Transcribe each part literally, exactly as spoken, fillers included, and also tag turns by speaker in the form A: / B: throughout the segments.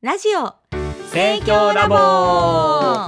A: ラジオ
B: 盛況ラボ。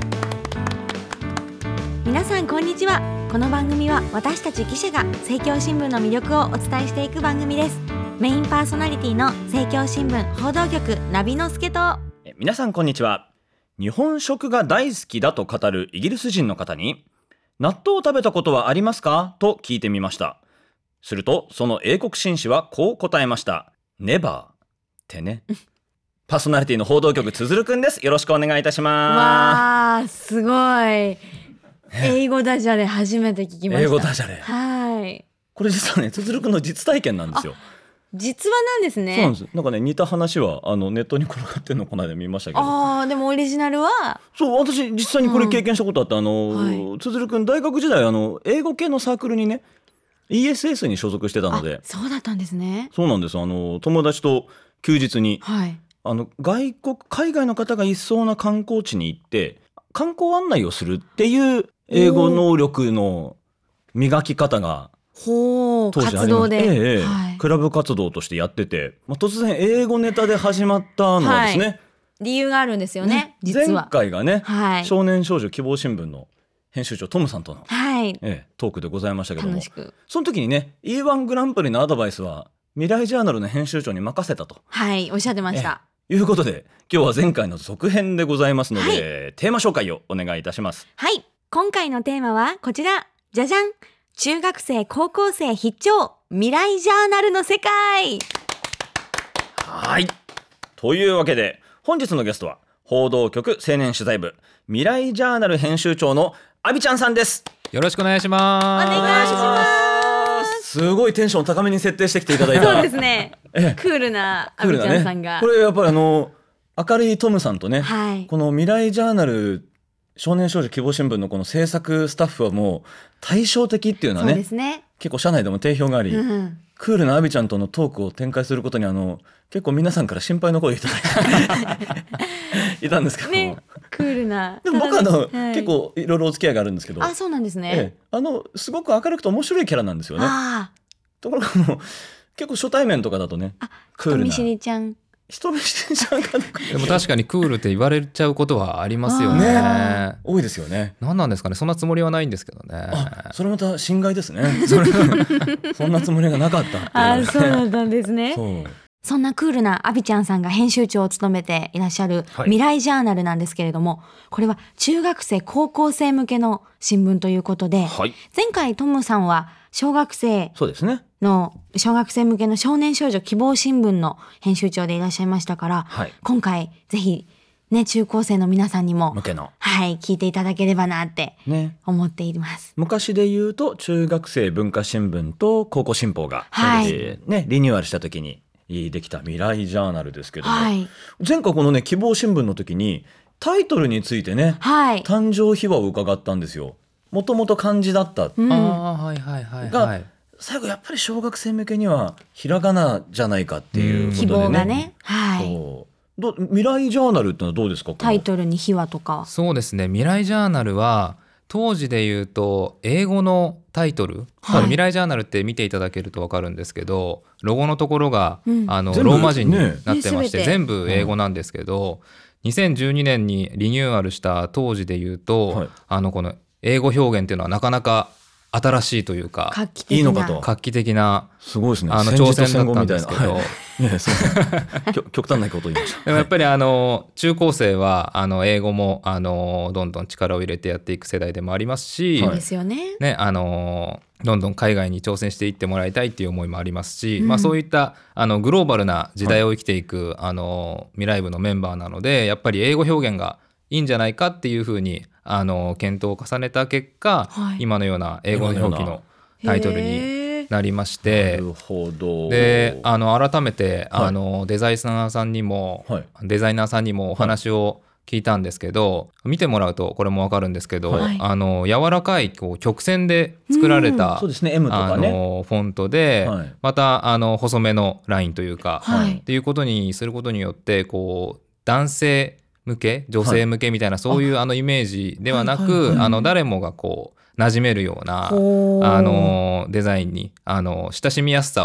A: 皆さんこんにちは。この番組は私たち記者が盛況新聞の魅力をお伝えしていく番組です。メインパーソナリティの盛況新聞報道局ナビノスケと、
B: え皆さんこんにちは。日本食が大好きだと語るイギリス人の方に、納豆を食べたことはありますかと聞いてみました。するとその英国紳士はこう答えました。ネバーってね。パーソナリティの報道局つづるくんです。よろしくお願いいたします。
A: わーすごい。英語ダジャレ初めて聞きました。
B: 英語ダジャレ、
A: はい。
B: これ実はね、つづるくんの実体験なんですよ。
A: 実話なんですね。
B: そうなんです。なんかね、似た話はあのネットに転がってるのこの間見ましたけど。
A: あーでもオリジナルは
B: そう、私実際にこれ経験したことあって、うん、あの、はい、つづるくん大学時代あの英語系のサークルにね イーエスエス に所属してたので。
A: そうだったんですね。
B: そうなんです。あの友達と休日に、
A: はい、
B: あの外国海外の方がいそうな観光地に行って観光案内をするっていう英語能力の磨き方が
A: ほう
B: 当時あります。
A: 活動で、
B: ええ
A: はい、
B: クラブ活動としてやってて、まあ、突然英語ネタで始まったのはですね、はい、
A: 理由があるんですよ ね, ね実は
B: 前回がね、
A: はい、
B: 少年少女希望新聞の編集長トムさんとの、
A: はい
B: ええ、トークでございましたけども、
A: 楽しく
B: その時にね イーワン グランプリのアドバイスは未来ジャーナルの編集長に任せたと、
A: はいおっしゃってました。
B: いうことで今日は前回の続編でございますので、はい、テーマ紹介をお願いいたします。
A: はい、今回のテーマはこちら。じゃじゃん。中学生高校生必聴未来ジャーナルの世界。
B: はい、というわけで本日のゲストは報道局青年取材部未来ジャーナル編集長のアビちゃんさんです。
C: よろしくお願いします。
A: お願いします。
B: すごいテンション高めに設定してきていただいた。
A: そうですね。クールなアビちゃんさんが、
B: ね、これやっぱりあの明るいトムさんとね、
A: はい、
B: この未来ジャーナル少年少女希望新聞のこの制作スタッフはもう対照的っていうのは ね,
A: そうですね、
B: 結構社内でも定評があり、うん、クールなアビちゃんとのトークを展開することにあの結構皆さんから心配の声をいただいていたんですけど、ね、
A: クールな。
B: でも僕はあの、はい、結構いろいろお付き合いがあるんですけど。
A: あ、そうなんですね、
B: ええ、あのすごく明るくて面白いキャラなんですよね。
A: あ
B: ところがあの結構初対面とかだとね、
A: あ
B: クールな
A: 人見知りちゃん
B: 人見知りちゃんかどうか
C: でも確かにクールって言われちゃうことはありますよ ね, ね
B: 多いですよね。
C: 何なんですかね。そんなつもりはないんですけどね。
B: あ、それまた心外ですね。それそんなつもりがなかったっていう、ね、
A: あ、そうだったんですね。
B: そう、
A: そんなクールなアビちゃんさんが編集長を務めていらっしゃる未来ジャーナルなんですけれども、はい、これは中学生高校生向けの新聞ということで、はい、前回トムさんは小学生の小学生向けの少年少女希望新聞の編集長でいらっしゃいましたから、はい、今回ぜひね、中高生の皆さんにも
B: 向けの、
A: はい、聞いていただければなって思っています、ね、
B: 昔で言うと中学生文化新聞と高校新報が、
A: はい
B: えーね、リニューアルした時にできた未来ジャーナルですけども、
A: はい、
B: 前回このね希望新聞の時にタイトルについてね、はい、誕生秘話を伺ったんですよ。もともと漢字だった、
A: うん、
C: あ、はいはいはいはい、
B: が最後やっぱり小学生向けにはひらがなじゃないかっていうことでね、
A: 希望がね、はい、
B: そうど未来ジャーナルってのはどうですか。
A: タイトルに秘話とか。
C: そうですね、未来ジャーナルは当時で言うと英語のタイトル、はい、未来ジャーナルって見ていただけると分かるんですけど、ロゴのところが、うん、あのローマ字になってまして、ね、全部英語なんですけど、うん、にせんじゅうにねんにリニューアルした当時で言うと、はい、あのこの英語表現っていうのはなかなか新しいというか、
A: 画期的な、
B: いいのかと
C: 画期的な、
B: すごいですね、
C: あの挑戦だったんですけど、
B: はい、いやそう極端なことを言いました。
C: でもやっぱりあの中高生はあの英語もあのどんどん力を入れてやっていく世代でもありますし、
A: そうですよね、
C: ね、あのどんどん海外に挑戦していってもらいたいっていう思いもありますし、うん、まあ、そういったあのグローバルな時代を生きていく、はい、あの未来部のメンバーなので、やっぱり英語表現がいいんじゃないかっていうふうにあの検討を重ねた結果、はい、今のような英語の表記のタイトルになりまして、
B: なるほど。
C: であの改めて、はい、あのデザイナーさんにも、はい、デザイナーさんにもお話を聞いたんですけど、はい、見てもらうとこれも分かるんですけど、はい、あの柔らかいこう曲線で作られた、
B: そうですね、M とかね、
C: あのフォントで、はい、またあの細めのラインというか、はい、っていうことにすることによってこう男性向け女性向けみたいな、はい、そういうあのイメージではなく、はいはいはい、あの誰もがこう馴染めるようなあのデザインにあの親しみやすさを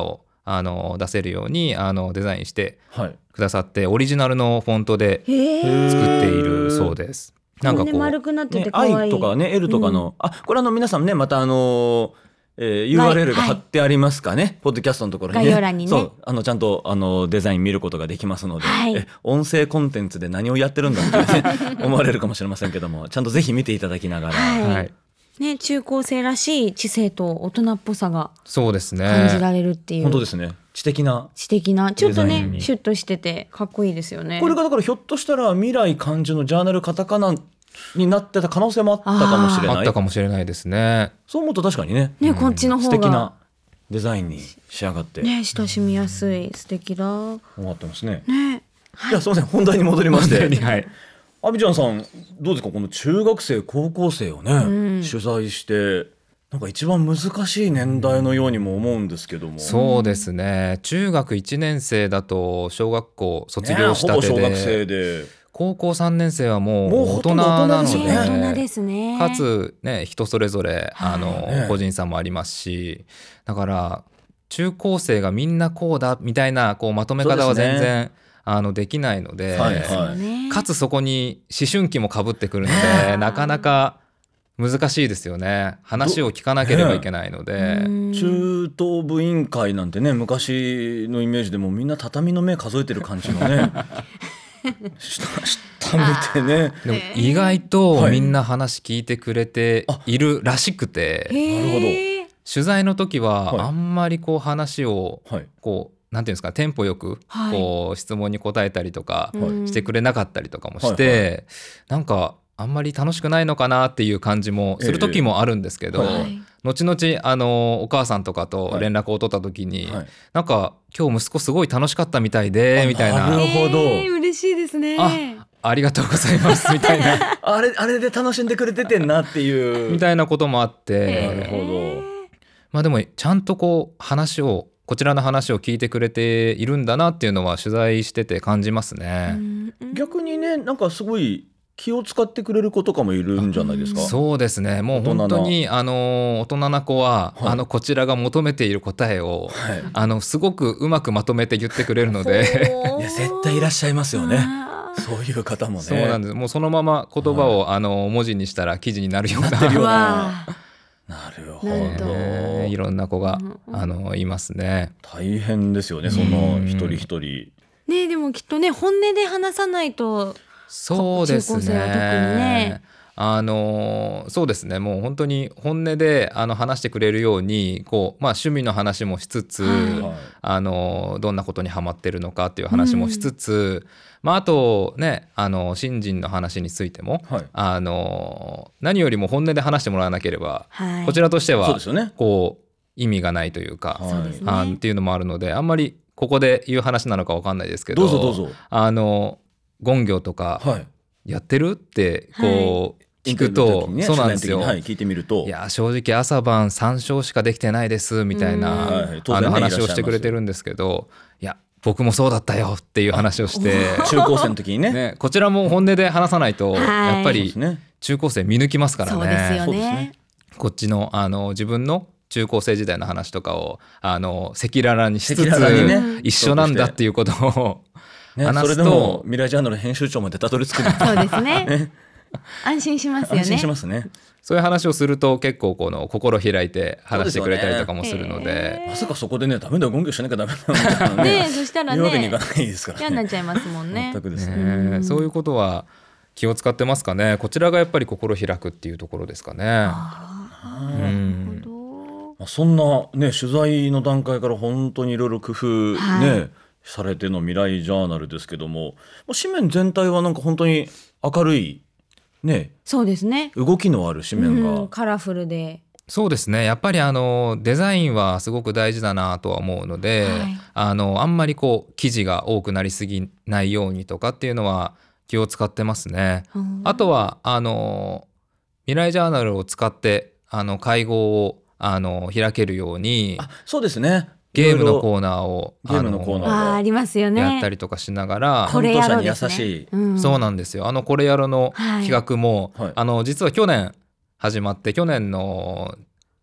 C: あの出せるようにあのデザインしてくださって、はい、オリジナルのフォントで作っているそうです。
A: なんかこう、ね、丸くなってて可愛い、
B: ね、I とかね L とかの、うん、あこれあの皆さんねまたあのえー、ユーアールエル が貼ってありますかね、はい、ポッドキャストのところにね、
A: 概要欄にね、
B: そうあのちゃんとあのデザイン見ることができますので、はい、え音声コンテンツで何をやってるんだって、ね、思われるかもしれませんけどもちゃんとぜひ見ていただきながら、
A: はいはいね、中高生らしい知性と大人っぽさが
C: そうですね
A: 感じられるっていう、
B: 本当ですね、知的な
A: 知的なちょっとねシュッとしててかっこいいですよね。
B: これがだからひょっとしたら未来漢字のジャーナルカタカナになってた可能性もあったかもしれない。
C: あったかもしれないですね。
B: そう思うと確かにね、
A: ね、こっちの方が
B: 素敵なデザインに仕上がって
A: ね、親しみやすい素敵だ
B: 終わってますね。
A: ね、
B: はい、いやすみません本題に戻りまして、
C: はい、
B: アビちゃんさんどうですか、この中学生高校生をね、うん、取材してなんか一番難しい年代のようにも思うんですけども。
C: そうですね、中学いちねん生だと小学校卒業したてで、ね、ほぼ小学生で高校さんねん生はもう大人なので、
A: 大人ですね、
C: かつ、ね、人それぞれあの、はい、個人差もありますし、だから中高生がみんなこうだみたいなこうまとめ方は全然、ね、あのできないので、はいはい、かつそこに思春期もかぶってくるのでなかなか難しいですよね。話を聞かなければいけないので、
B: ね、中等部委員会なんてね昔のイメージでもみんな畳の目数えてる感じのね下, 下見てね。
C: でも意外とみんな話聞いてくれているらしくて、
B: はい、なるほど。
C: 取材の時はあんまりこう話をこうなんていうんですか、テンポよくこう質問に答えたりとかしてくれなかったりとかもして、はいはい、なんかあんまり楽しくないのかなっていう感じもする時もあるんですけど、えーはい、後々あのお母さんとかと連絡を取った時に、はいはい、なんか今日息子すごい楽しかったみたいでみたいな。
B: なるほど、
A: えー、嬉しいですね。
C: あ、ありがとうございますみたいな
B: あれあれで楽しんでくれててんなっていう
C: みたいなこともあって、
B: なるほど。
C: まあでもちゃんとこう話をこちらの話を聞いてくれているんだなっていうのは取材してて感じますね。
B: 逆にね、なんかすごい気を使ってくれる子とかもいるんじゃないですか。
C: そうですね、もう本当にあの大人な子は、はい、あのこちらが求めている答えを、はい、あのすごくうまくまとめて言ってくれるので
B: いや絶対いらっしゃいますよね、そういう方もね。
C: そうなんです。もうそのまま言葉を、はい、あの文字にしたら記事になるような
B: なるほど、ね、
C: いろんな子が、うん、あのいますね。
B: 大変ですよね、その一人一人
A: ね。でもきっとね本音で話さないと。
C: そうですね、
A: 中高生は特にね、
C: あのそうですね、もう本当に本音であの話してくれるようにこう、まあ、趣味の話もしつつ、はい、あのどんなことにハマってるのかっていう話もしつつ、うん、まあ、あとね、あの新人の話についても、はい、あの何よりも本音で話してもらわなければ、はい、こちらとしては
B: そうですよね、
C: こう意味がないというか、はいあっていうのもあるので、あんまりここで言う話なのか分かんないですけど、
B: どうぞどうぞ。
C: あの言語とかやってるってこう聞くと、はい、そうなんですよ、
B: はい、聞いてみると、
C: いや正直朝晩さんしょうしかできてないですみたいな、はい、あの話をしてくれてるんですけど、いや僕もそうだったよっていう話をして
B: 中高生の時に ね,
C: ねこちらも本音で話さないと、はい、やっぱり中高生見抜きますからね。
A: そうですよね。
C: こっちの、あの自分の中高生時代の話とかをあの赤裸々にしつつ、ね、一緒なんだっていうことを
B: ね、それでも未来ジャーナル編集長までたどり着く
A: そうですねね、安心しますよね。
B: 安心しますね。
C: そういう話をすると結構この心開いて話してくれたりとかもするの で, で、
B: ね、まさかそこでねダメだ言語しなきゃダメだみたいな ね,
A: ねそしたらね
B: 言うわけにいかないですからね。
A: 嫌になっちゃいますもんね。
B: 全くですね、
C: ね、そういうことは気を使ってますかね。こちらがやっぱり心開くっていうところですかね。
A: あ、うん、なるほ
B: ど。そんなね取材の段階から本当にいろいろ工夫ね、はいされての未来ジャーナルですけども、紙面全体はなんか本当に明るいね。
A: そうですね、
B: 動きのある紙面が、
A: うん、カラフルで。
C: そうですね、やっぱりあのデザインはすごく大事だなとは思うので、はい、あのあんまりこう記事が多くなりすぎないようにとかっていうのは気を使ってますね。あとはあの未来ジャーナルを使ってあの会合をあの開けるように。
B: あ、そうですね、
C: ゲームのコーナーを
B: ゲームのコーナー
A: あありますよね、
C: やったりとかしながら、
A: これやろう
B: ですね、優しい、
A: うん、
C: そうなんですよ。あのこれやろうの企画も、
B: はい、
C: あの実は去年始まって、去年の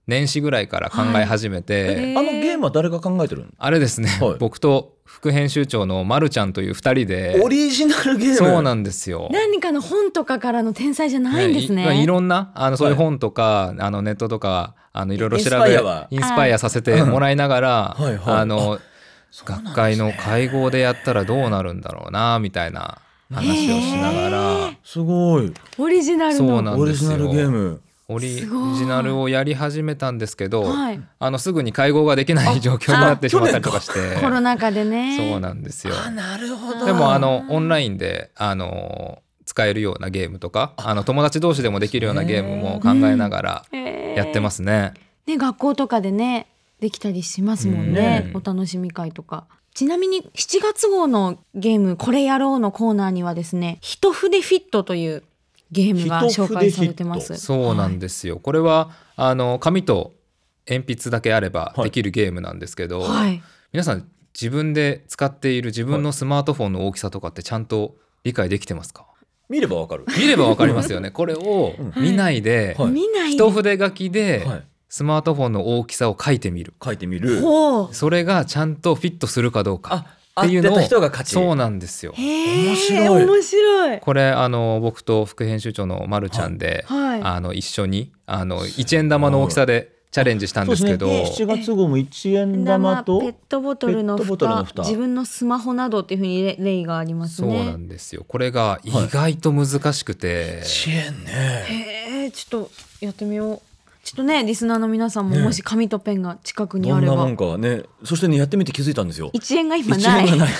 C: 年始ぐらいから考え始めて、
A: はい
B: あのゲームは誰が考えてるの？
C: あれですね、はい、僕と副編集長のまるちゃんというふたりで。
B: オリジナルゲーム。
C: そうなんですよ。
A: 何かの本とかからの天才じゃないんですね。
C: ね、い, いろんなあのそういう本とか、はい、あのネットとかあのいろいろ調べインスパイアさせてもらいながら、はい、あの学会の会合でやったらどうなるんだろうなみたいな話をしながら。
B: すごい
A: オリジナルの
C: そうなん
B: オリ
C: ですよ。
B: ジナルゲーム
C: オリジナルをやり始めたんですけど、
A: はい、
C: あのすぐに会合ができない状況になってしまったりとかして
A: コロナ禍でね。
C: そうなんですよ。
B: あ、なるほど。
C: でもあのオンラインであの使えるようなゲームとかあの友達同士でもできるようなゲームも考えながらやってますね。
A: うん、ね、学校とかでねできたりしますもんね、うん、お楽しみ会とか。ちなみにしちがつ号のゲームこれやろうのコーナーにはですね、一筆フィットというゲームが紹介されてます。
C: そうなんですよ。これはあの紙と鉛筆だけあればできるゲームなんですけど、はい、皆さん自分で使っている自分のスマートフォンの大きさとかってちゃんと理解できてますか？
B: 見ればわかる。
C: 見ればわかりますよね。これを見ないで、はい、一筆書きでスマートフォンの大きさを書いてみる。
B: 書いてみる。
C: それがちゃんとフィットするかどうか。っていうのを。人が勝ち。そうなんですよ。
A: 面白い。面白い。
C: これあの僕と副編集長のまるちゃんで、はい、あの一緒にあのいちえん玉の大きさでチャレンジしたんですけど、
B: ね、しちがつ号もいちえん玉と
A: ペットボトルの蓋、自分のスマホなどっていうふうに例がありますね。
C: そうなんですよ。これが意外と難しくて、
B: いちえんね。
A: へえ、ちょっとやってみよう。ちょっとね、リスナーの皆さんももし紙とペンが近くにあれば、
B: ね、どんなもんかね。そしてね、やってみて気づいたんですよ。
A: いちえんが今ない。
B: ない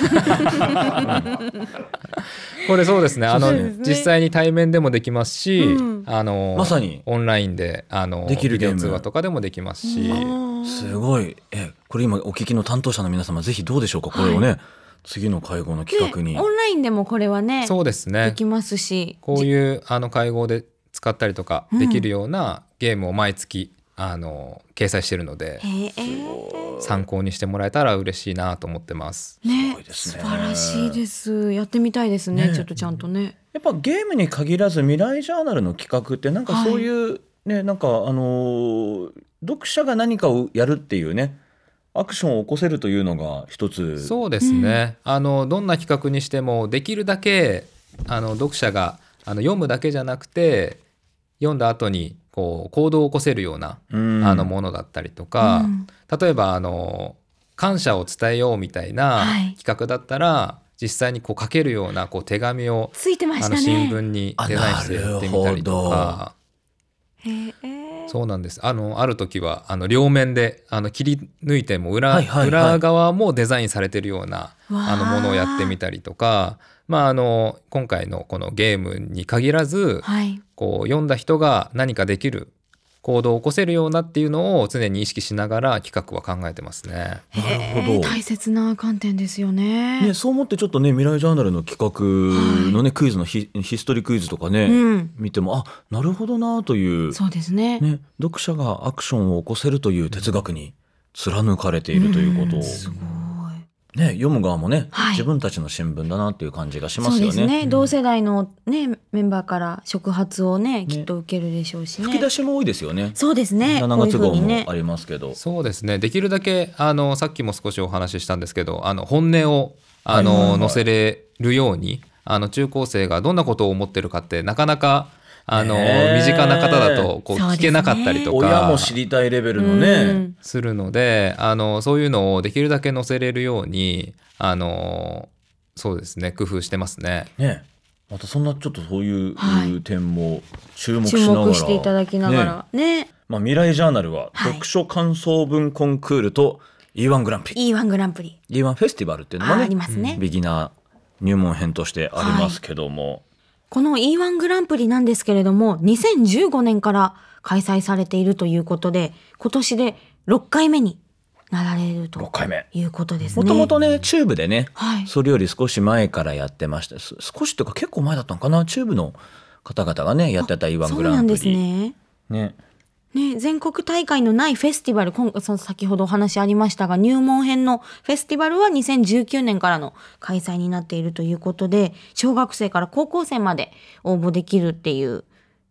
C: これそうですね。あの、ね、実際に対面でもできますし、うん、あの
B: まさに
C: オンラインであの
B: できるゲーム
C: ビデオ通話とかでもできますし、
B: すごい。え、これ今お聞きの担当者の皆様ぜひどうでしょうか。これをね、はい、次の会合の企画に、
A: ね、オンラインでもこれはね、
C: そうですね。
A: できますし、
C: こういうあの会合で使ったりとかできるようなゲームを毎月あの掲載してるので、参考にしてもらえたら嬉しいなと思ってます。
A: ね、すごいですね。素晴らしいです。やってみたいですね。ね、ちょっとちゃんとね。
B: やっぱゲームに限らず未来ジャーナルの企画ってなんかそういう、はい、ね、なんかあのー、読者が何かをやるっていうね、アクションを起こせるというのが一つ。
C: そうですね。うん、あのどんな企画にしてもできるだけあの読者があの読むだけじゃなくて読んだ後にこう行動を起こせるような、うん、あのものだったりとか、うん、例えばあの感謝を伝えようみたいな企画だったら、はい、実際にこう書けるようなこう手紙を
A: ついてましたね、
C: あの新聞にデザインしてやってみたりとか。そうなんです。あのある時はあの両面であの切り抜いても 裏,、はいはいはい、裏側もデザインされてるようなあのものをやってみたりとか、まあ、あの今回のこのゲームに限らず、はい、こう読んだ人が何かできる行動を起こせるようなっていうのを常に意識しながら企画は考えてますね。な
A: るほど。大切な観点ですよ ね,
B: ね。そう思ってちょっとね、未来ジャーナルの企画のね、はい、クイズの ヒ, ヒストリークイズとかね、うん、見ても、あ、なるほどなという。
A: そうです ね,
B: ね、読者がアクションを起こせるという哲学に貫かれているということを、うん、すごいね、読む側もね、はい、自分たちの新聞だなっていう感じがしますよね。
A: そうですね、うん、同世代の、ね、メンバーから触発をねきっと受けるでしょうしね。
B: 吹き出しも多いですよね。
A: そうですね。
B: しちがつ号もありますけど、
C: そうですね。できるだけあのさっきも少しお話ししたんですけど、あの本音をあの、はいはいはい、載せれるように、あの中高生がどんなことを思ってるかってなかなかあの身近な方だとこう聞けなかったりとか、
B: 親も知りたいレベルのね
C: するので、あのそういうのをできるだけ載せれるようにあのそうですね、工夫してますね。
B: ね、またそんなちょっとそういう点も注目しながら、
A: 注目していただきながら ね, ね、
B: まあ、未来ジャーナルは読書感想文コンクールと イーワン グランプリ、
A: イーワン グランプリ
B: イーワン フェスティバルっていうのも ね,
A: ありますね、
B: ビギナー入門編としてありますけども、はい、
A: この イーワン グランプリなんですけれどもにせんじゅうごねんから開催されているということで、今年でろっかいめになられるということですね。
B: もともとねチューブでね、はい、それより少し前からやってました。少しというか結構前だったのかな、チューブの方々がねやってた イーワン グランプリ。
A: そうなんですね。ねね、全国大会のないフェスティバル、今その先ほどお話ありましたが、入門編のフェスティバルはにせんじゅうきゅうねんからの開催になっているということで、小学生から高校生まで応募できるっていう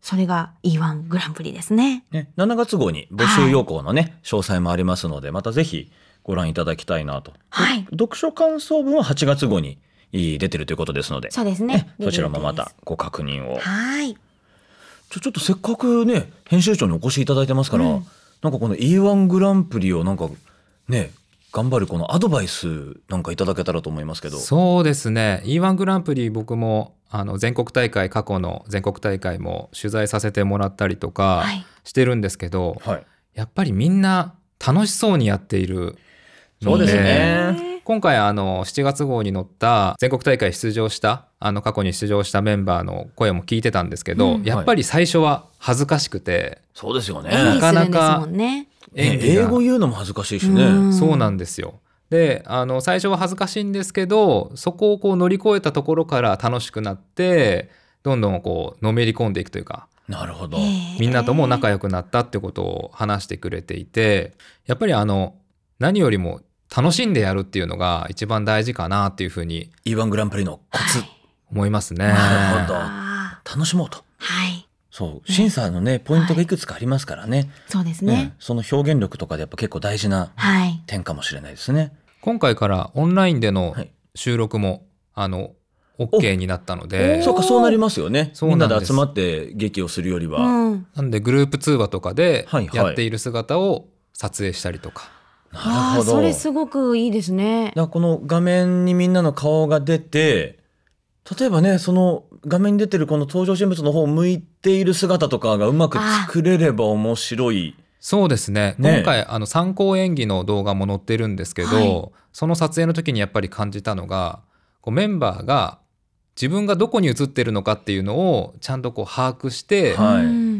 A: それが イーワン グランプリですね。
B: ね、しちがつ号に募集要項のね、はい、詳細もありますので、またぜひご覧いただきたいなと。
A: はい、
B: 読書感想文ははちがつ号に出てるということですので、
A: そうですね。
B: ね、そちらもまたご確認を。
A: はい。
B: ちょ、ちょっとせっかくね、編集長にお越しいただいてますから、うん、なんかこの イーワン グランプリをなんかね、頑張るこのアドバイスなんかいただけたらと思いますけど。
C: そうですね。イーワン グランプリ僕もあの全国大会、過去の全国大会も取材させてもらったりとかしてるんですけど、はい、やっぱりみんな楽しそうにやっているので、
B: そうですね。
C: 今回あのしちがつ号に載った全国大会出場したあの過去に出場したメンバーの声も聞いてたんですけど、うん、やっぱり最初は恥ずかしくて、
B: そうですよね。
A: なかなか
B: 英語言うのも恥ずかしいしね。
C: うん、そうなんですよ。で、あの最初は恥ずかしいんですけど、そこをこう乗り越えたところから楽しくなってどんどんこうのめり込んでいくというか、
B: なるほど、
C: みんなとも仲良くなったってことを話してくれていて、やっぱりあの何よりも楽しんでやるっていうのが一番大事かなっていうふうに
B: イーワン グランプリのコツ、はい、
C: 思いますね。
B: なるほど、楽しもうと。
A: はい、
B: そう審査のねポイントがいくつかありますからね、はい、
A: そうですね、
B: ね、その表現力とかでやっぱ結構大事な点かもしれないですね、はい、
C: 今回からオンラインでの収録も、はい、あの OK になったので、
B: そうか、そうなりますよね。みんなで集まって劇をするよりは、
A: うん、
C: なんでグループ通話とかでやっている姿を撮影したりとか、
B: はいはい、なるほど。
A: それすごくいいですね。
B: だからこの画面にみんなの顔が出て、例えばね、その画面に出てるこの登場人物の方を向いている姿とかがうまく作れれば面白い。
C: そうですね。ね、今回あの参考演技の動画も載ってるんですけど、はい、その撮影の時にやっぱり感じたのが、こうメンバーが自分がどこに映ってるのかっていうのをちゃんとこう把握して、はい、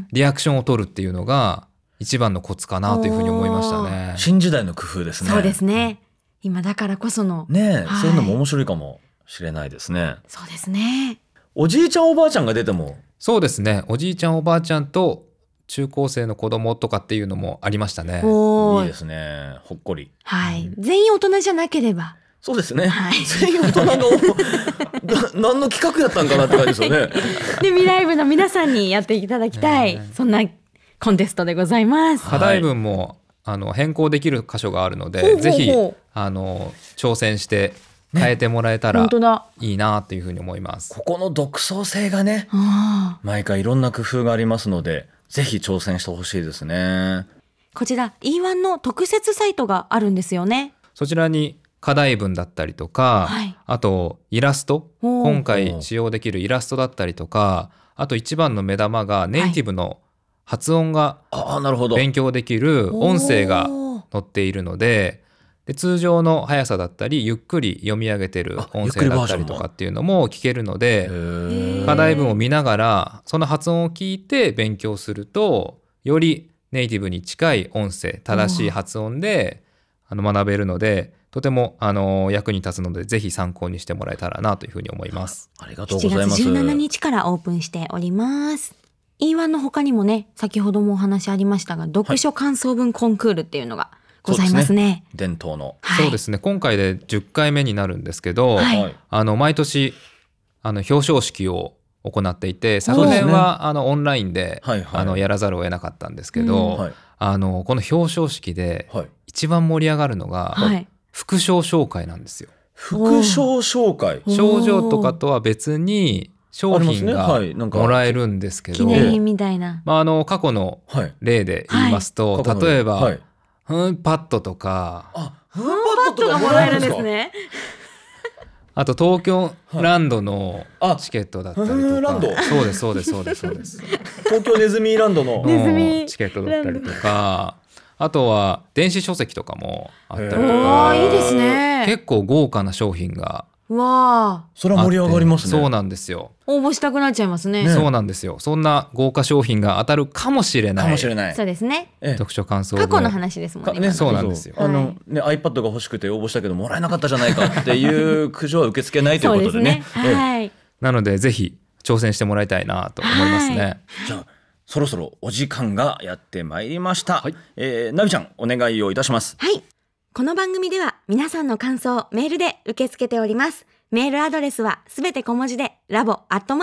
C: リアクションを取るっていうのが一番のコツかなというふうに思いましたね。
B: 新時代の工夫ですね。
A: そうですね。今だからこその
B: ね、はい、そういうのも面白いかもしれないですね。
A: そうですね。
B: おじいちゃんおばあちゃんが出ても。
C: そうですね。おじいちゃんおばあちゃんと中高生の子供とかっていうのもありましたね。
B: いいですね。ほっこり。
A: はい。全員大人じゃなければ。
B: そうですね。はい、全員大人が何の企画やったんかなって感じですよね。
A: で、未来部の皆さんにやっていただきたい、そんなコンテストでございます。
C: 課題文もあの変更できる箇所があるので、はい、ぜひあの挑戦して変えてもらえたらいいなというふうに思います。
B: ここの独創性がね、毎回いろんな工夫がありますので、ぜひ挑戦してほしいですね。
A: こちら イーワン の特設サイトがあるんですよね。
C: そちらに課題文だったりとか、はい、あとイラスト、今回使用できるイラストだったりとか、あと一番の目玉がネイティブの発音が勉強できる音声が載っているので、で通常の速さだったりゆっくり読み上げてる音声だったりとかっていうのも聞けるので、課題文を見ながらその発音を聞いて勉強すると、よりネイティブに近い音声、正しい発音であの学べるので、とてもあの役に立つので、ぜひ参考にしてもらえたらなというふうに思います。
B: ありがとうございます。
A: しちがつじゅうしちにちからオープンしております。イーワン の他にもね、先ほどもお話ありましたが、読書感想文コンクールっていうのがございますね。はい、
B: すね、伝統の、
C: はい、そうですね。今回でじゅっかいめになるんですけど、はい、あの毎年あの表彰式を行っていて、昨年は、ね、あのオンラインで、はいはい、あのやらざるを得なかったんですけど、うん、はい、あのこの表彰式で一番盛り上がるのが、はい、副賞紹介なんですよ。
B: 副賞紹介、
C: 賞状とかとは別に商品がもらえるんですけど、
A: 記念品みたいな、
C: まあ、あの過去の例で言いますと、はい、例えば、はい、フンパッドとか、
B: あ、フンパッドがもらえるんですね。
C: あと東京ランドのチケットだったりとか、
B: はい、ランド、
C: そうですそうですそうですそうです
B: 東京ネズミランドの
C: チケットだったりとか、あとは電子書籍とかもあったりとか、
A: いいですね。
C: 結構豪華な商品が、
A: わあ、
B: それは盛り上がりますね。
C: そうなんですよ。
A: 応募したくなっちゃいますね。
C: ね、そうなんですよ。そんな豪華商品が当たるかもしれない。
B: かもしれない。
A: そうですね。
C: 読書感想文。
A: 過去の話ですもんね。
C: ね、そうなんですよ。
B: あのね、iPad が欲しくて応募したけどもらえなかったじゃないかっていう苦情は受け付けないということでね。
A: そうですね。はい。
C: なのでぜひ挑戦してもらいたいなと思いますね。
B: じゃあそろそろお時間がやってまいりました。はい、えー、なびちゃんお願いをいたします。
A: はい。この番組では皆さんの感想をメールで受け付けております。メールアドレスはすべて小文字でラボアットマーク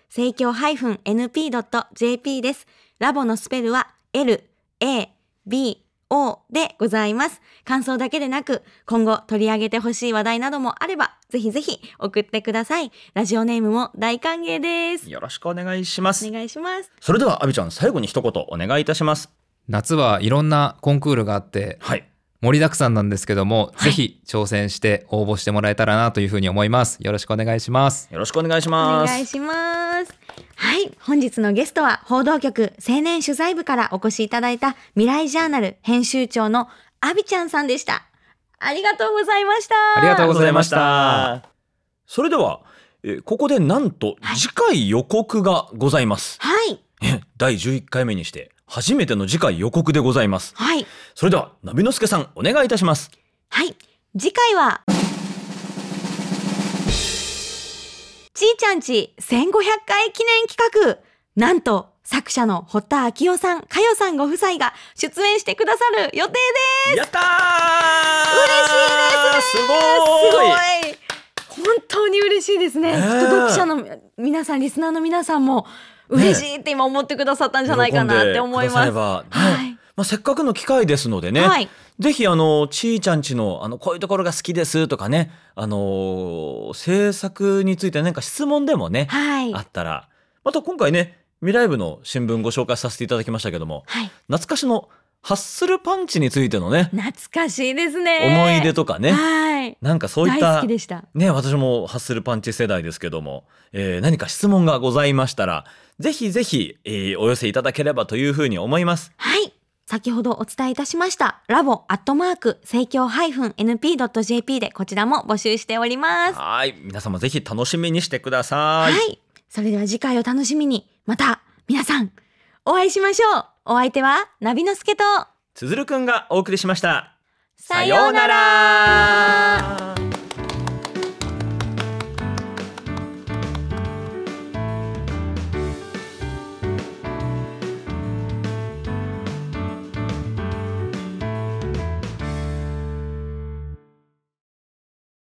A: 生協 エヌピードットジェーピー です。ラボのスペルは エルエービーオー でございます。感想だけでなく、今後取り上げてほしい話題などもあれば、ぜひぜひ送ってください。ラジオネームも大歓迎です。
B: よろしくお願いします。
A: お願いします。
B: それではアビちゃん、最後に一言お願いいたします。
C: 夏はいろんなコンクールがあって、はい、盛りだくさんなんですけども、はい、ぜひ挑戦して応募してもらえたらなというふうに思います。よろしくお願いします。
B: よろしくお願いします。
A: お願いします。はい、本日のゲストは報道局青年取材部からお越しいただいた未来ジャーナル編集長のアビちゃんさんでした。ありがとうございました。
C: ありがとうございました。
B: それではえここでなんと次回予告がございます。
A: はい。
B: だいじゅういっかいめにして初めての次回予告でございます。
A: はい。
B: それではナビノスケさん、お願いいたします。
A: はい。次回はちーちゃんちせんごひゃっかい記念企画、なんと作者の堀田昭夫さん、佳代さんご夫妻が出演してくださる予定です。
B: やったー、
A: 嬉しいですね。
B: すごい、
A: すごい、本当に嬉しいですね、えー、きっと読者の皆さん、リスナーの皆さんも嬉しいって今思ってくださったんじゃないかなって思います。
B: はい、まあ、せっかくの機会ですのでね、はい、ぜひあのちーちゃんちのあのこういうところが好きですとかね、あのー、制作について何か質問でもね、はい、あったら、また今回ね未来部の新聞ご紹介させていただきましたけども、はい、懐かしのハッスルパンチについてのね、
A: 懐かしいですね、
B: 思い出とかね、はい、なんかそういった
A: 大好きでした
B: ね、私もハッスルパンチ世代ですけども、えー、何か質問がございましたらぜひぜひ、えー、お寄せいただければというふうに思います。
A: はい、先ほどお伝えいたしましたラボアットマーク生協 エヌピードットジェーピー でこちらも募集しております。
B: はい、皆様ぜひ楽しみにしてください。
A: はい、それでは次回を楽しみにまた皆さんお会いしましょう。お相手はナビノスケと
B: つづるくんがお送りしました。
A: さようなら。